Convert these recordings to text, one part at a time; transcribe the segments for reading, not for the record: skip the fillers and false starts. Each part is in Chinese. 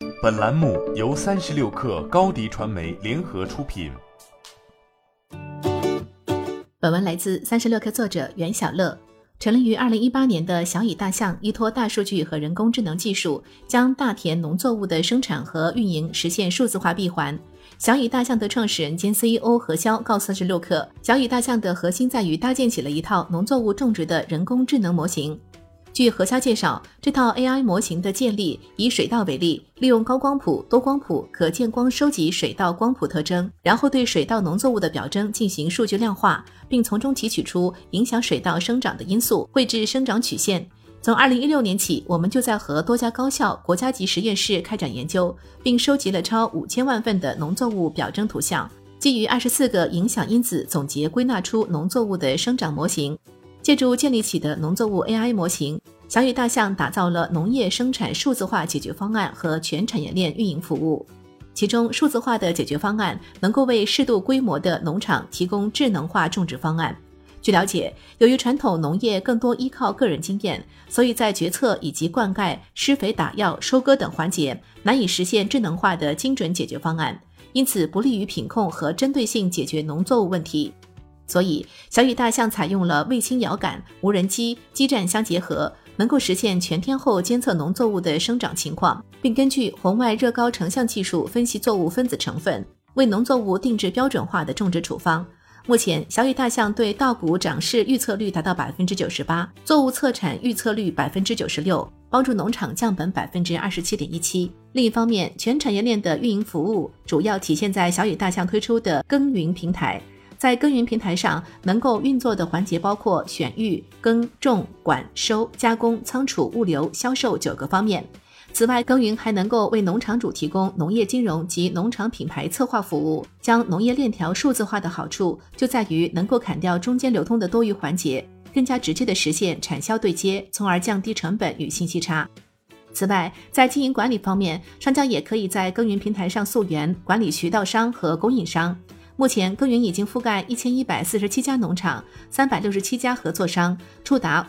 本栏目由36氪高迪传媒联合出品。 本文来自36氪作者袁小乐。成立于2018年的小蚁大象，依托大数据和人工智能技术，将大田农作物的生产和运营实现数字化闭环。小蚁大象的创始人兼 CEO 何潇告诉36氪，小蚁大象的核心在于搭建起了一套农作物种植的人工智能模型。据何潇介绍，这套 AI 模型的建立以水稻为例，利用高光谱、多光谱、可见光收集水稻光谱特征，然后对水稻农作物的表征进行数据量化，并从中提取出影响水稻生长的因素，绘制生长曲线。从2016年起，我们就在和多家高校、国家级实验室开展研究，并收集了超5000万份的农作物表征图像，基于24个影响因子总结归纳出农作物的生长模型。借助建立起的农作物 AI 模型，小蚁大象打造了农业生产数字化解决方案和全产业链运营服务。其中，数字化的解决方案能够为适度规模的农场提供智能化种植方案。据了解，由于传统农业更多依靠个人经验，所以在决策以及灌溉、施肥、打药、收割等环节难以实现智能化的精准解决方案，因此不利于品控和针对性解决农作物问题。所以，小蚁大象采用了卫星遥感、无人机、基站相结合，能够实现全天候监测农作物的生长情况，并根据红外热高成像技术分析作物分子成分，为农作物定制标准化的种植处方。目前，小蚁大象对稻谷长势预测率达到 98%， 作物测产预测率 96%， 帮助农场降本 27.17%。另一方面，全产业链的运营服务主要体现在小蚁大象推出的耕耘平台。在耕耘平台上，能够运作的环节包括选育、耕、种、管、收、加工、仓储、物流、销售9个方面。此外，耕耘还能够为农场主提供农业金融及农场品牌策划服务。将农业链条数字化的好处就在于能够砍掉中间流通的多余环节，更加直接地实现产销对接，从而降低成本与信息差。此外，在经营管理方面，商家也可以在耕耘平台上溯源管理渠道商和供应商。目前，耕耘已经覆盖1147家农场、367家合作商，触达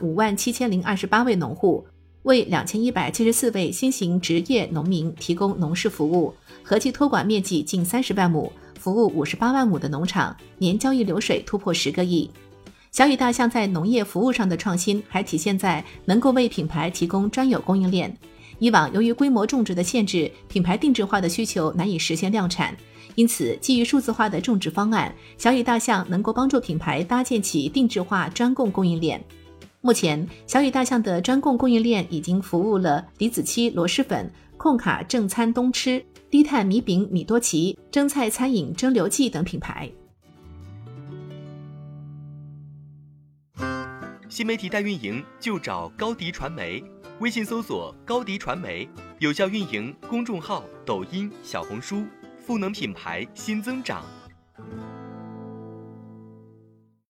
57028位农户，为2174位新型职业农民提供农事服务，合计托管面积近30万亩，服务58万亩的农场，年交易流水突破10个亿。小蚁大象在农业服务上的创新还体现在能够为品牌提供专有供应链。以往由于规模种植的限制，品牌定制化的需求难以实现量产，因此基于数字化的种植方案，小蚁大象能够帮助品牌搭建起定制化专供供应链。目前，小蚁大象的专供供应链已经服务了李子柒螺蛳粉、控卡正餐东吃、低碳米饼米多奇、蒸菜餐饮蒸馏记等品牌。 新媒体代运营就找高迪传媒，微信搜索高迪传媒，有效运营公众号、抖音、小红书，赋能品牌新增长。